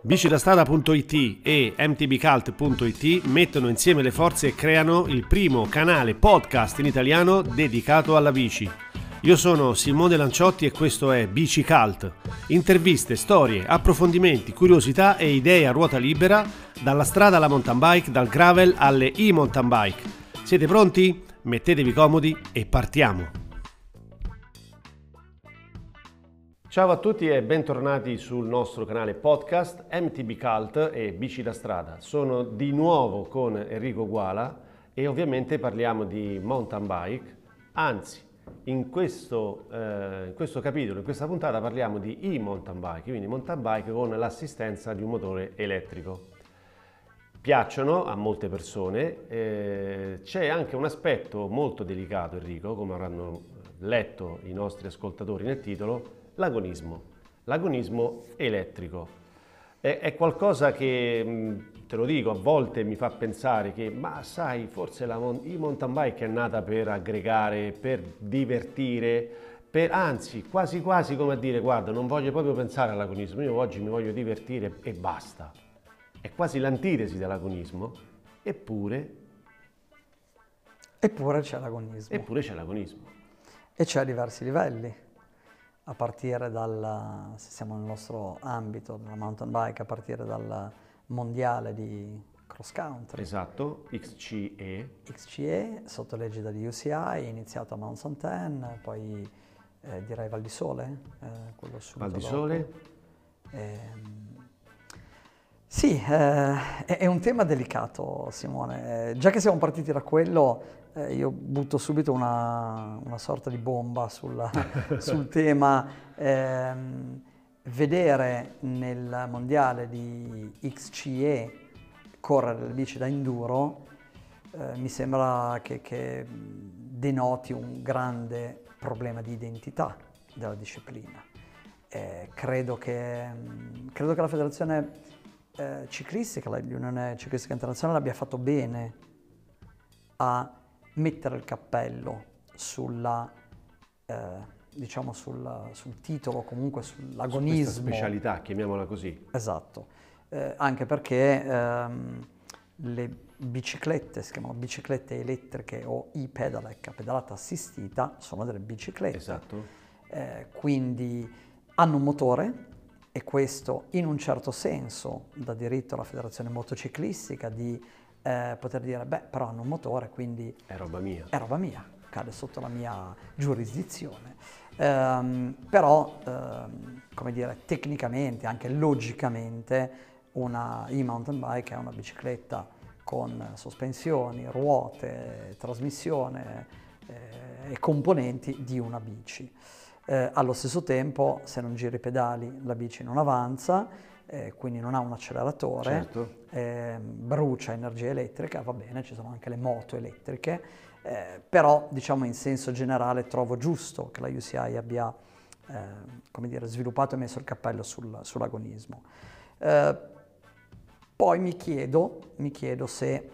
Bicidastrada.it e mtbcult.it mettono insieme le forze e creano il primo canale podcast in italiano dedicato alla bici. Io sono Simone Lanciotti e questo è Bici Cult. Interviste, storie, approfondimenti, curiosità e idee a ruota libera, dalla strada alla mountain bike, dal gravel alle e-mountain bike. Siete pronti? Mettetevi comodi e partiamo! Ciao a tutti e bentornati sul nostro canale podcast MTB Cult e Bici da Strada. Sono di nuovo con Enrico Guala e ovviamente parliamo di mountain bike, anzi in questo capitolo, in questa puntata parliamo di e-mountain bike, quindi mountain bike con l'assistenza di un motore elettrico. Piacciono a molte persone, c'è anche un aspetto molto delicato, Enrico, come avranno letto i nostri ascoltatori nel titolo, l'agonismo elettrico. È qualcosa che, te lo dico, a volte mi fa pensare che, ma sai, forse e-mountain bike è nata per aggregare, per divertire, anzi, quasi quasi come a dire, guarda, non voglio proprio pensare all'agonismo, io oggi mi voglio divertire e basta. È quasi l'antitesi dell'agonismo, eppure c'è l'agonismo. Eppure c'è l'agonismo. E c'è a diversi livelli. A partire se siamo nel nostro ambito della mountain bike, a partire dal mondiale di cross country. Esatto, XCE, sotto l'egida di UCI, iniziato a Mount Saint-Anne, poi direi Val di Sole, quello subito Val di dopo. Sole. Sì, è un tema delicato, Simone. Già che siamo partiti da quello, io butto subito una sorta di bomba sul tema. Vedere nel mondiale di XCE correre le bici da enduro mi sembra che denoti un grande problema di identità della disciplina. Credo che la federazione ciclistica, l'Unione Ciclistica Internazionale abbia fatto bene a mettere il cappello sul titolo, comunque sull'agonismo. Su questa specialità, chiamiamola così. Esatto, anche perché le biciclette, si chiamano biciclette elettriche o e-pedelec, a pedalata assistita, sono delle biciclette. Esatto. Quindi hanno un motore, e questo in un certo senso dà diritto alla federazione motociclistica di poter dire, però hanno un motore, quindi è roba mia, cade sotto la mia giurisdizione. Però, come dire, tecnicamente, anche logicamente, una e-mountain bike è una bicicletta con sospensioni, ruote, trasmissione e componenti di una bici. Allo stesso tempo, se non giri i pedali, la bici non avanza, quindi non ha un acceleratore, certo. Brucia energia elettrica, va bene, ci sono anche le moto elettriche, però diciamo in senso generale trovo giusto che la UCI abbia sviluppato e messo il cappello sull'agonismo. Poi mi chiedo se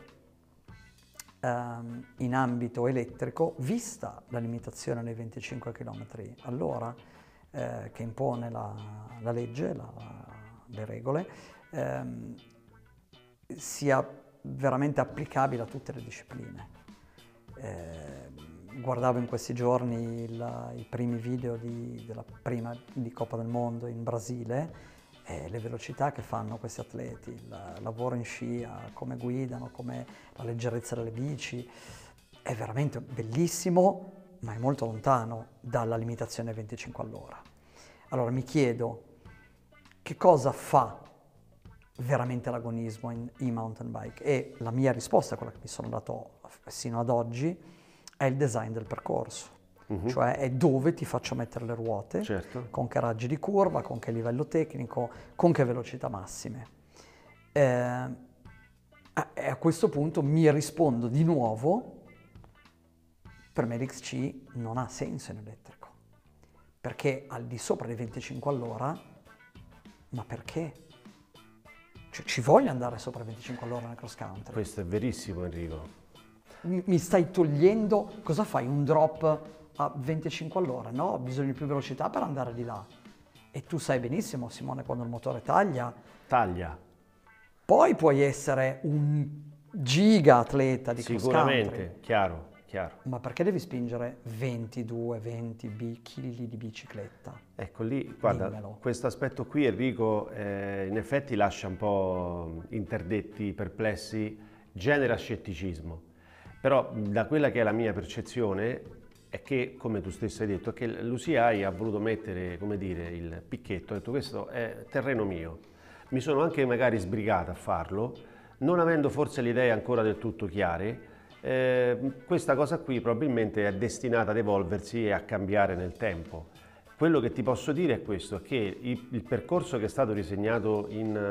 in ambito elettrico, vista la limitazione nei 25 km all'ora che impone la legge, le regole, sia veramente applicabile a tutte le discipline. Guardavo in questi giorni i primi video della prima di Coppa del Mondo in Brasile, le velocità che fanno questi atleti, il lavoro in scia, come guidano, come la leggerezza delle bici, è veramente bellissimo, ma è molto lontano dalla limitazione 25 all'ora. Allora mi chiedo, che cosa fa veramente l'agonismo in e-mountain bike? E la mia risposta, quella che mi sono dato sino ad oggi, è il design del percorso. Cioè è dove ti faccio mettere le ruote, certo. Con che raggi di curva, con che livello tecnico, con che velocità massime. E a questo punto mi rispondo di nuovo, per me l'XC non ha senso in elettrico, perché al di sopra dei 25 all'ora, ma perché? Cioè, ci voglio andare sopra i 25 all'ora nel cross country? Questo è verissimo, Enrico. Mi stai togliendo, cosa fai? Un drop a 25 all'ora? No, ho bisogno di più velocità per andare di là. E tu sai benissimo, Simone, quando il motore taglia, poi puoi essere un giga atleta di cross country. Sicuramente, chiaro. Ma perché devi spingere 20 kg di bicicletta? Ecco lì, guarda, Dimmelo. questo aspetto qui, Enrico, in effetti lascia un po' interdetti, perplessi, genera scetticismo. Però da quella che è la mia percezione è che, come tu stesso hai detto, è che l'UCI ha voluto mettere, come dire, il picchetto, ha detto questo è terreno mio. Mi sono anche magari sbrigato a farlo, non avendo forse le idee ancora del tutto chiare. Questa cosa qui probabilmente è destinata ad evolversi e a cambiare nel tempo. Quello che ti posso dire è questo, che il percorso che è stato disegnato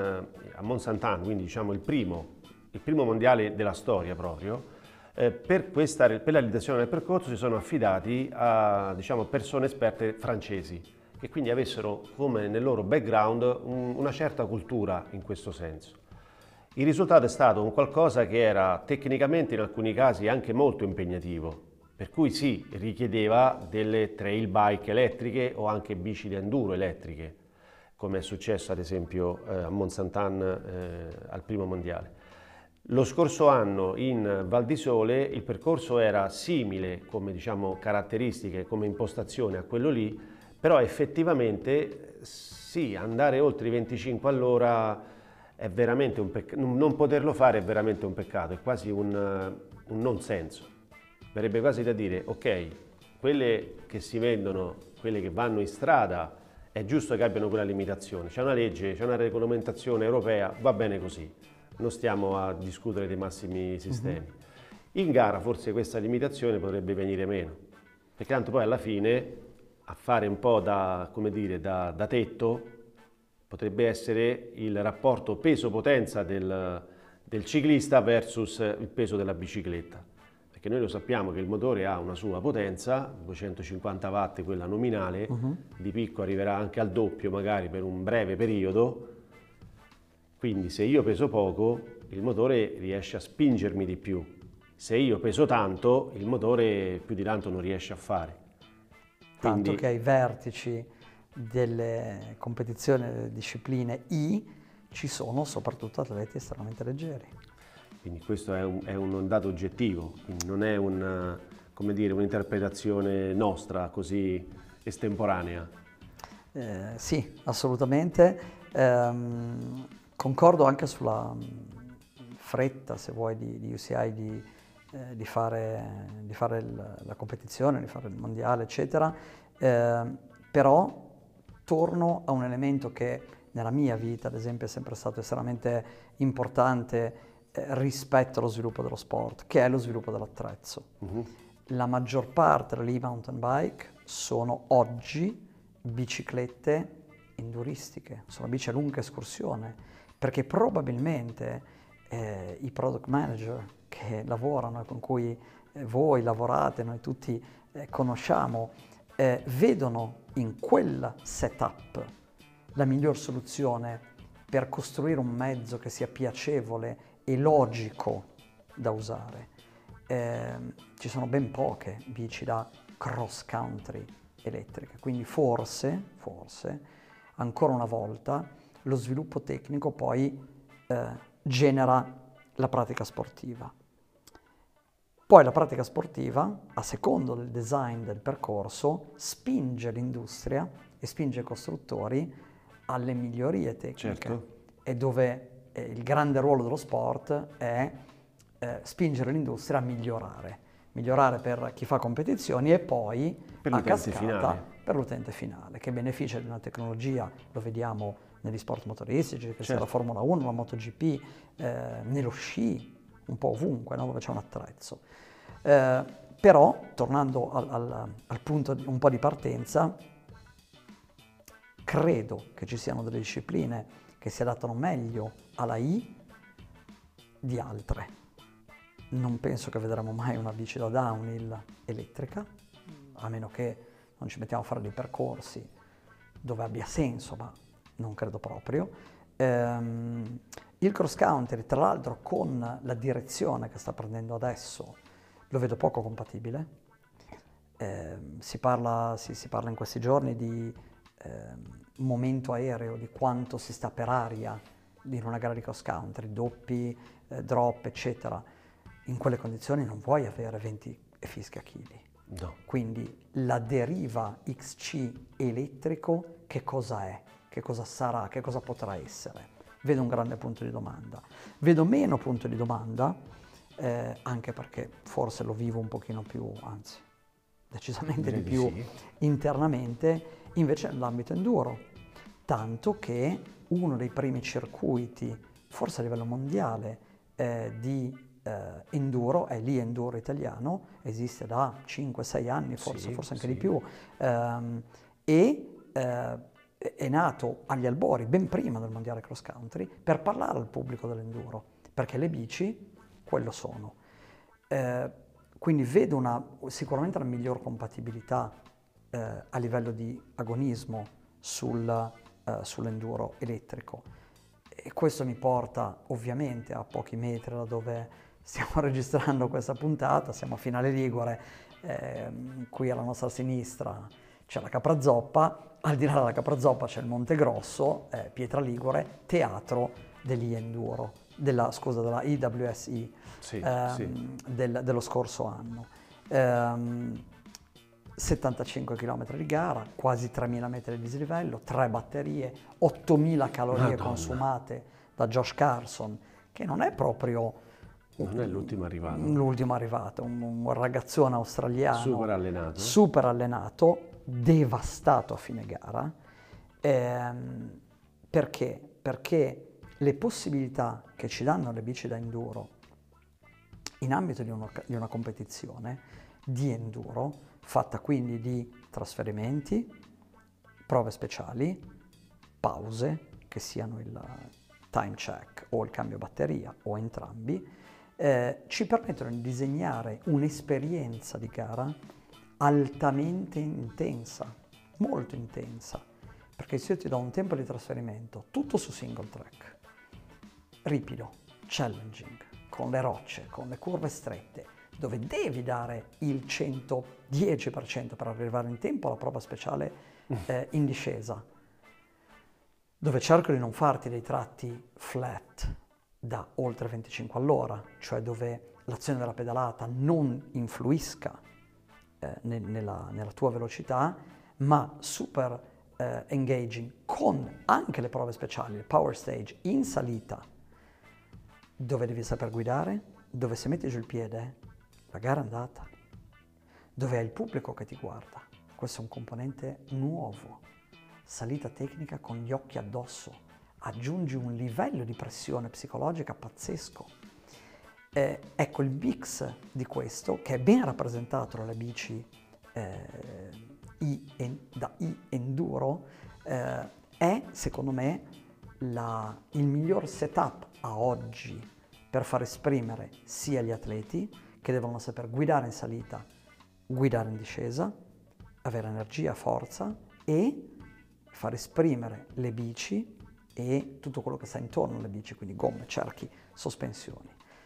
a Mont Saint-Anne, quindi diciamo il primo mondiale della storia proprio, per la realizzazione del percorso si sono affidati a persone esperte francesi, che quindi avessero come nel loro background una certa cultura in questo senso. Il risultato è stato un qualcosa che era tecnicamente in alcuni casi anche molto impegnativo, per cui sì, richiedeva delle trail bike elettriche o anche bici di enduro elettriche, come è successo ad esempio a Mont Saint-Anne al primo mondiale. Lo scorso anno in Val di Sole il percorso era simile come caratteristiche, come impostazione a quello lì, però effettivamente sì, andare oltre i 25 all'ora è veramente un peccato, non poterlo fare è veramente un peccato, è quasi un non senso. Verrebbe quasi da dire, ok, quelle che si vendono, quelle che vanno in strada, è giusto che abbiano quella limitazione, c'è una legge, c'è una regolamentazione europea, va bene così, non stiamo a discutere dei massimi sistemi. In gara forse questa limitazione potrebbe venire meno, perché tanto poi alla fine a fare un po' da tetto, potrebbe essere il rapporto peso-potenza del ciclista versus il peso della bicicletta. Perché noi lo sappiamo che il motore ha una sua potenza, 250 watt quella nominale, di picco arriverà anche al doppio magari per un breve periodo, quindi se io peso poco il motore riesce a spingermi di più, se io peso tanto il motore più di tanto non riesce a fare. Tanto che ai vertici delle competizioni, delle discipline I, ci sono soprattutto atleti estremamente leggeri. Quindi questo è un dato oggettivo, quindi non è un'interpretazione nostra così estemporanea. Sì, assolutamente. Concordo anche sulla fretta, se vuoi, di UCI di fare la competizione, di fare il mondiale, eccetera. Però torno a un elemento che nella mia vita, ad esempio, è sempre stato estremamente importante rispetto allo sviluppo dello sport, che è lo sviluppo dell'attrezzo. La maggior parte delle e-mountain bike sono oggi biciclette enduristiche, sono bici a lunga escursione, perché probabilmente i product manager che lavorano e con cui voi lavorate, noi tutti conosciamo, vedono in quel setup la miglior soluzione per costruire un mezzo che sia piacevole e logico da usare. Ci sono ben poche bici da cross country elettriche, quindi forse, ancora una volta, lo sviluppo tecnico poi genera la pratica sportiva. Poi la pratica sportiva, a secondo del design del percorso, spinge l'industria e spinge i costruttori alle migliorie tecniche. Certo. E dove il grande ruolo dello sport è spingere l'industria a migliorare per chi fa competizioni e poi per a cascata finale. Per l'utente finale, che beneficia di una tecnologia, lo vediamo negli sport motoristici, che sia la Formula 1, la MotoGP, nello sci, un po' ovunque, no? Dove c'è un attrezzo. Però, tornando al punto un po' di partenza, credo che ci siano delle discipline che si adattano meglio alla I di altre. Non penso che vedremo mai una bici da downhill elettrica, a meno che non ci mettiamo a fare dei percorsi dove abbia senso, ma non credo proprio. Il cross country, tra l'altro, con la direzione che sta prendendo adesso, lo vedo poco compatibile. Si parla in questi giorni di momento aereo, di quanto si sta per aria in una gara di cross country, doppi, drop, eccetera, in quelle condizioni non puoi avere 20 e fischia chili. No. Quindi la deriva XC elettrico che cosa è? Che cosa sarà? Che cosa potrà essere? Vedo un grande punto di domanda. Vedo meno punto di domanda, anche perché forse lo vivo un pochino più, anzi, decisamente di più internamente, invece nell'ambito enduro. Tanto che uno dei primi circuiti, forse a livello mondiale, di enduro è l'e-enduro italiano, esiste da 5-6 anni, forse anche di più, è nato agli albori, ben prima del mondiale cross country, per parlare al pubblico dell'enduro, perché le bici quello sono. Quindi vedo sicuramente una miglior compatibilità a livello di agonismo sull'enduro elettrico. E questo mi porta ovviamente a pochi metri da dove stiamo registrando questa puntata, siamo a Finale Ligure, qui alla nostra sinistra c'è la Caprazoppa, al di là della Caprazoppa c'è il Monte Grosso, Pietra Ligure, teatro dell'e-enduro, della IWSI dello scorso anno. 75 km di gara, quasi 3.000 metri di dislivello, 3 batterie, 8.000 calorie consumate da Josh Carson, che non è proprio... Non è l'ultimo arrivato. L'ultimo arrivato, un ragazzone australiano. Super allenato, devastato a fine gara. Perché? Perché le possibilità che ci danno le bici da enduro in ambito di una competizione di enduro, fatta quindi di trasferimenti, prove speciali, pause, che siano il time check o il cambio batteria o entrambi, ci permettono di disegnare un'esperienza di gara altamente intensa, molto intensa, perché se io ti do un tempo di trasferimento tutto su single track, ripido, challenging, con le rocce, con le curve strette, dove devi dare il 110% per arrivare in tempo alla prova speciale in discesa, dove cerco di non farti dei tratti flat da oltre 25 all'ora, cioè dove l'azione della pedalata non influisca nella tua velocità, ma super engaging con anche le prove speciali, il power stage in salita, dove devi saper guidare, dove se metti giù il piede la gara è andata, dove hai il pubblico che ti guarda. Questo è un componente nuovo, salita tecnica con gli occhi addosso, aggiungi un livello di pressione psicologica pazzesco. Ecco, il mix di questo, che è ben rappresentato dalle bici da e-enduro, è secondo me il miglior setup a oggi per far esprimere sia gli atleti, che devono saper guidare in salita, guidare in discesa, avere energia, forza, e far esprimere le bici e tutto quello che sta intorno alle bici, quindi gomme, cerchi, sospensioni.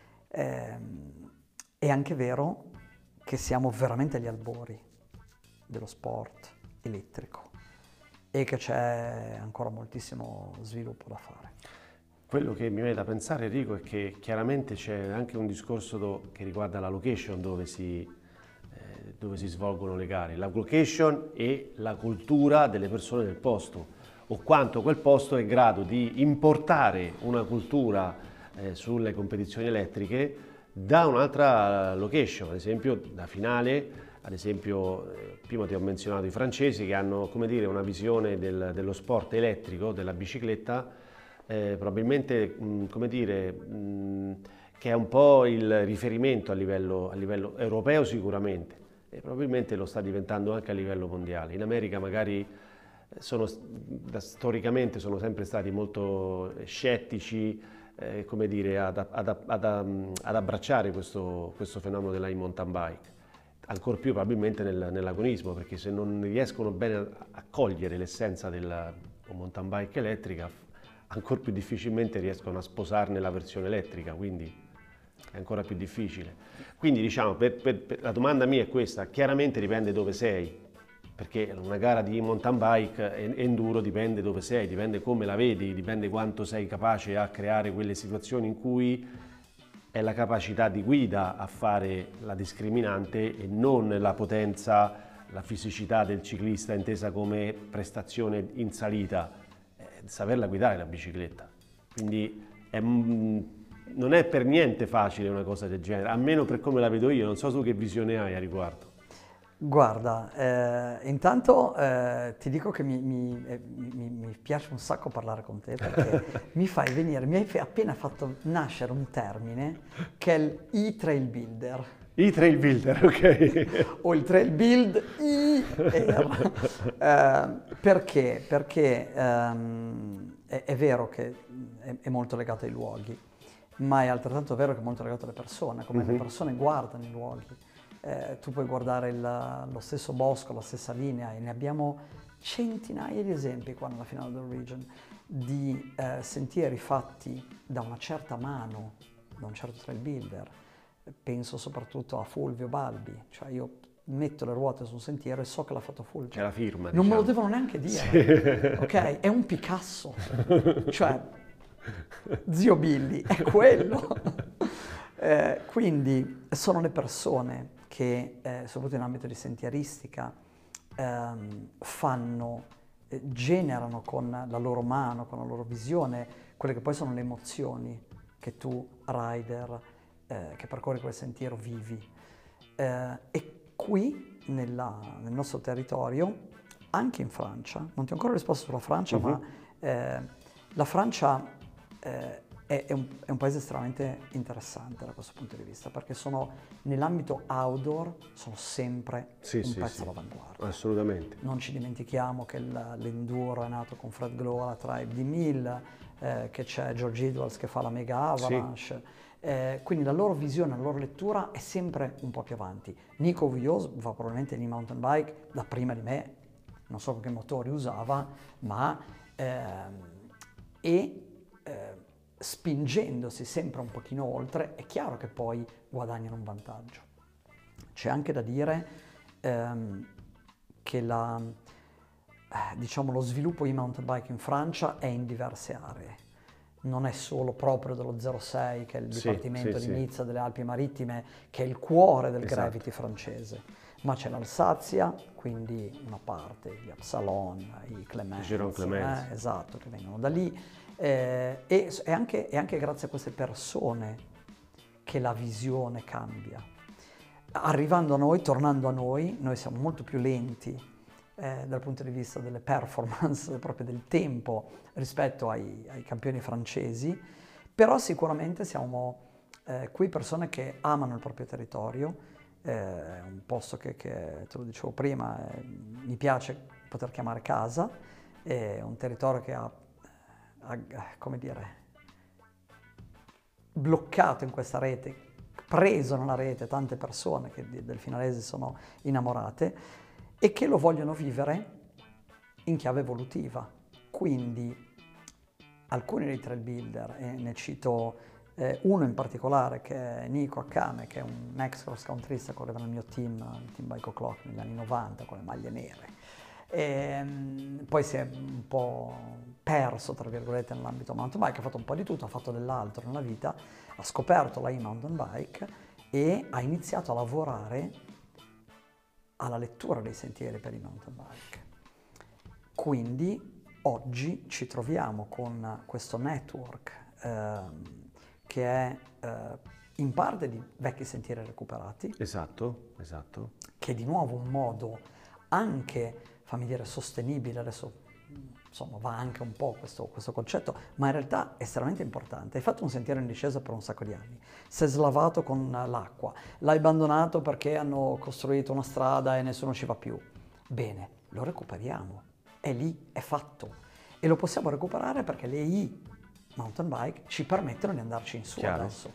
È anche vero che siamo veramente agli albori dello sport elettrico e che c'è ancora moltissimo sviluppo da fare. Quello che mi viene da pensare, Enrico, è che chiaramente c'è anche un discorso che riguarda la location dove si svolgono le gare, la location e la cultura delle persone del posto, o quanto quel posto è in grado di importare una cultura sulle competizioni elettriche da un'altra location, ad esempio da Finale, ad esempio prima ti ho menzionato i francesi che hanno, come dire, una visione dello sport elettrico, della bicicletta, probabilmente, come dire, che è un po' il riferimento a livello europeo sicuramente, e probabilmente lo sta diventando anche a livello mondiale. In America magari storicamente sono sempre stati molto scettici, come dire, ad abbracciare questo fenomeno della mountain bike, ancor più probabilmente nell'agonismo, perché se non riescono bene a cogliere l'essenza della mountain bike elettrica, ancora più difficilmente riescono a sposarne la versione elettrica, quindi è ancora più difficile. Quindi diciamo, la domanda mia è questa: chiaramente dipende dove sei, perché una gara di mountain bike e enduro dipende dove sei, dipende come la vedi, dipende quanto sei capace a creare quelle situazioni in cui è la capacità di guida a fare la discriminante e non la potenza, la fisicità del ciclista intesa come prestazione in salita, saperla guidare la bicicletta. Quindi non è per niente facile una cosa del genere, almeno per come la vedo io, non so tu che visione hai a riguardo. Guarda, intanto ti dico che mi piace un sacco parlare con te perché mi hai appena fatto nascere un termine che è l'e-trail builder. E-trail builder, ok. O il trail build perché? Perché è vero che è molto legato ai luoghi, ma è altrettanto vero che è molto legato alle persone, come le persone guardano i luoghi. Tu puoi guardare lo stesso bosco, la stessa linea, e ne abbiamo centinaia di esempi qua nella finale del Region di sentieri fatti da una certa mano, da un certo trail builder. Penso soprattutto a Fulvio Balbi, cioè io metto le ruote su un sentiero e so che l'ha fatto Fulvio. C'è la firma, non diciamo. me lo devono neanche dire, ok? È un Picasso, cioè zio Billy, è quello. Quindi sono le persone che, soprattutto in ambito di sentieristica, generano con la loro mano, con la loro visione, quelle che poi sono le emozioni che tu, rider, che percorri quel sentiero, vivi. E qui, nel nostro territorio, anche in Francia, non ti ho ancora risposto sulla Francia, ma la Francia è un paese estremamente interessante da questo punto di vista, perché nell'ambito outdoor sono sempre un pezzo all'avanguardia. Assolutamente. Non ci dimentichiamo che l'enduro è nato con Fred Glow, la Tribe di Mill, che c'è George Edwards che fa la Mega Avalanche. Quindi la loro visione, la loro lettura è sempre un po' più avanti. Nico Vuillaume va probabilmente in mountain bike da prima di me, non so che motori usava, ma spingendosi sempre un pochino oltre, è chiaro che poi guadagnano un vantaggio. C'è anche da dire che diciamo, lo sviluppo di mountain bike in Francia è in diverse aree. Non è solo proprio dello 06, che è il dipartimento di Nizza, delle Alpi Marittime, che è il cuore del gravity francese, ma c'è l'Alsazia, quindi una parte, gli Absalon, i Clemens, esatto, che vengono da lì, e è anche grazie a queste persone che la visione cambia. Arrivando a noi, tornando a noi siamo molto più lenti dal punto di vista delle performance, proprio del tempo, rispetto ai campioni francesi, però sicuramente siamo qui persone che amano il proprio territorio, è un posto che te lo dicevo prima, mi piace poter chiamare casa, è un territorio che ha come dire, bloccato in questa rete, preso nella rete tante persone che del finalese sono innamorate e che lo vogliono vivere in chiave evolutiva. Quindi alcuni dei trail builder, e ne cito uno in particolare che è Nico Akame, che è un ex cross countryista, correva nel mio team, il Team Bike O'Clock negli anni 90 con le maglie nere. Poi si è un po' perso, tra virgolette, nell'ambito mountain bike, ha fatto un po' di tutto, ha fatto dell'altro nella vita, ha scoperto la e-mountain bike e ha iniziato a lavorare alla lettura dei sentieri per i mountain bike. Quindi oggi ci troviamo con questo network che è in parte di vecchi sentieri recuperati. Esatto. Che è di nuovo un modo anche, fammi dire, sostenibile, adesso insomma va anche un po' questo concetto, ma in realtà è estremamente importante. Hai fatto un sentiero in discesa per un sacco di anni, sei slavato con l'acqua, l'hai abbandonato perché hanno costruito una strada e nessuno ci va più. Bene, lo recuperiamo, è lì, è fatto, e lo possiamo recuperare perché le mountain bike ci permettono di andarci in su. Chiaro. Adesso.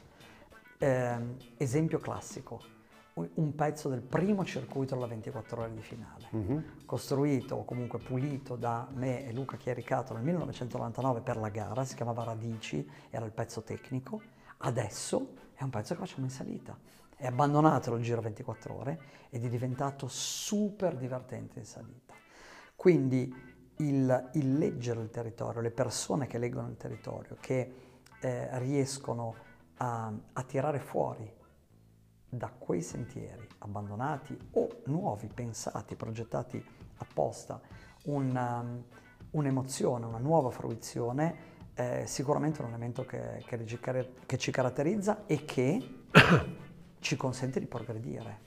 Esempio classico, un pezzo del primo circuito della 24 ore di finale, costruito o comunque pulito da me e Luca Chiericato nel 1999 per la gara, si chiamava Radici, era il pezzo tecnico, adesso è un pezzo che facciamo in salita, è abbandonatelo il giro 24 ore ed è diventato super divertente in salita. Quindi il leggere il territorio, le persone che leggono il territorio, che riescono a tirare fuori da quei sentieri abbandonati o nuovi, pensati, progettati apposta, un'emozione, una nuova fruizione, è sicuramente un elemento che ci caratterizza e che ci consente di progredire.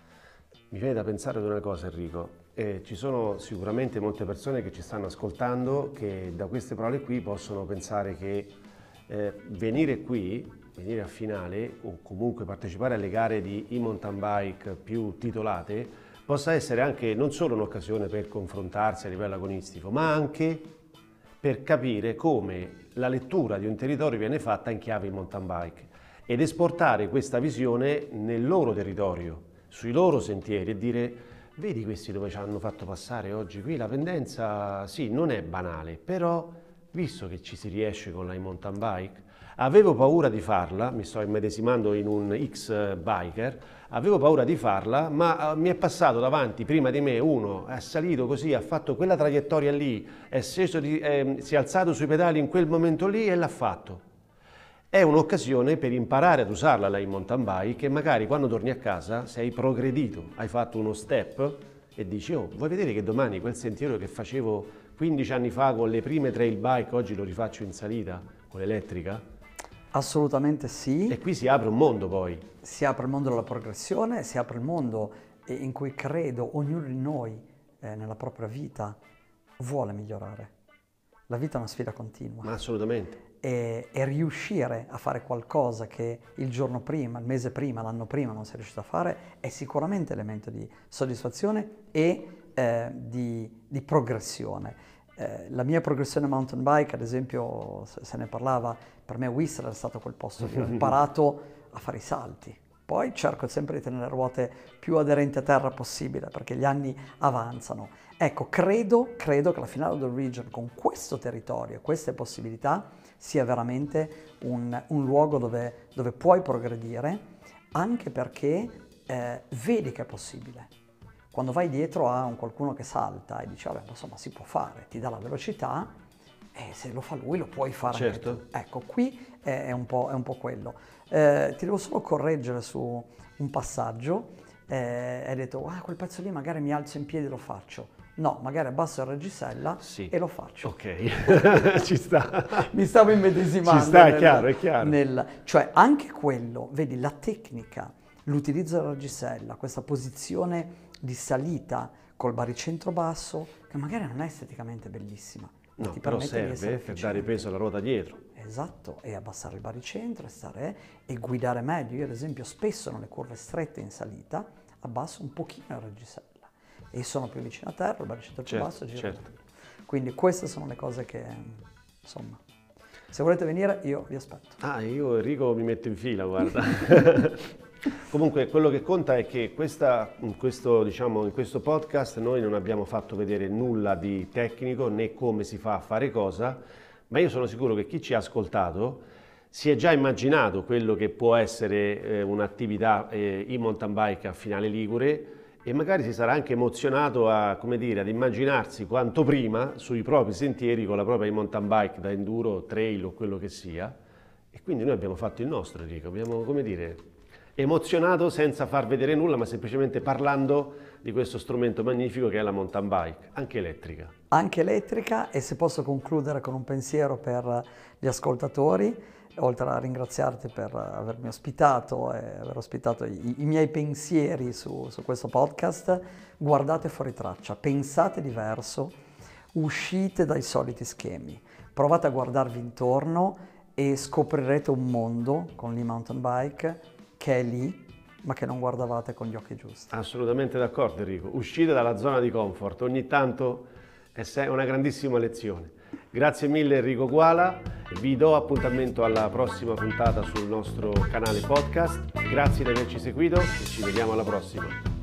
Mi viene da pensare ad una cosa, Enrico. Ci sono sicuramente molte persone che ci stanno ascoltando che da queste parole qui possono pensare che venire a finale o comunque partecipare alle gare di e-mountain bike più titolate possa essere anche non solo un'occasione per confrontarsi a livello agonistico, ma anche per capire come la lettura di un territorio viene fatta in chiave mountain bike ed esportare questa visione nel loro territorio, sui loro sentieri e dire: vedi questi dove ci hanno fatto passare oggi qui, la pendenza sì, non è banale, però visto che ci si riesce con la mountain bike, avevo paura di farla, mi sto immedesimando in un ex-biker, avevo paura di farla, ma mi è passato davanti prima di me uno, è salito così, ha fatto quella traiettoria lì, si è alzato sui pedali in quel momento lì e l'ha fatto. È un'occasione per imparare ad usarla la mountain bike e magari quando torni a casa sei progredito, hai fatto uno step e dici: oh, vuoi vedere che domani quel sentiero che facevo 15 anni fa con le prime trail bike, oggi lo rifaccio in salita con l'elettrica? Assolutamente sì. E qui si apre un mondo poi. Si apre il mondo della progressione, si apre il mondo in cui credo ognuno di noi nella propria vita vuole migliorare. La vita è una sfida continua. Ma assolutamente. E riuscire a fare qualcosa che il giorno prima, il mese prima, l'anno prima non sei riuscito a fare è sicuramente elemento di soddisfazione e di progressione. La mia progressione mountain bike, ad esempio, se ne parlava, per me Whistler è stato quel posto lì, ho imparato a fare i salti. Poi cerco sempre di tenere le ruote più aderenti a terra possibile perché gli anni avanzano. Ecco, credo che la finale del Region con questo territorio, queste possibilità, sia veramente un luogo dove puoi progredire, anche perché vedi che è possibile. Quando vai dietro a qualcuno che salta e dici: vabbè, insomma, si può fare, ti dà la velocità, e se lo fa lui lo puoi fare certo. anche tu. Ecco, qui è un po' quello. Ti devo solo correggere su un passaggio. Hai detto: quel pezzo lì magari mi alzo in piedi e lo faccio. No, magari abbasso la reggisella e lo faccio. Ok, ci sta. Mi stavo immedesimando. Ci sta, è chiaro. Cioè anche quello, vedi, la tecnica, l'utilizzo della reggisella, questa posizione di salita col baricentro basso, che magari non è esteticamente bellissima. No, ti però permette di essere serve per dare peso alla ruota dietro. Esatto, e abbassare il baricentro e guidare meglio. Io ad esempio spesso nelle curve strette in salita abbasso un pochino la reggisella e sono più vicino a terra, il baricentro più basso, giro. Certo. Quindi queste sono le cose che, insomma, se volete venire io vi aspetto. Io Enrico mi metto in fila, guarda. Comunque quello che conta è che in questo podcast noi non abbiamo fatto vedere nulla di tecnico né come si fa a fare cosa, ma io sono sicuro che chi ci ha ascoltato si è già immaginato quello che può essere un'attività e-mountain bike a Finale Ligure e magari si sarà anche emozionato ad immaginarsi quanto prima sui propri sentieri con la propria e-mountain bike da enduro, trail o quello che sia. E quindi noi abbiamo fatto il nostro, Enrico, abbiamo, emozionato senza far vedere nulla, ma semplicemente parlando di questo strumento magnifico che è la mountain bike, anche elettrica. Anche elettrica, e se posso concludere con un pensiero per gli ascoltatori, oltre a ringraziarti per avermi ospitato e aver ospitato i miei pensieri su questo podcast, guardate fuori traccia, pensate diverso, uscite dai soliti schemi, provate a guardarvi intorno e scoprirete un mondo con l'e-mountain bike che è lì, ma che non guardavate con gli occhi giusti. Assolutamente d'accordo, Enrico. Uscite dalla zona di comfort, ogni tanto è una grandissima lezione. Grazie mille Enrico Guala, vi do appuntamento alla prossima puntata sul nostro canale podcast. Grazie di averci seguito e ci vediamo alla prossima.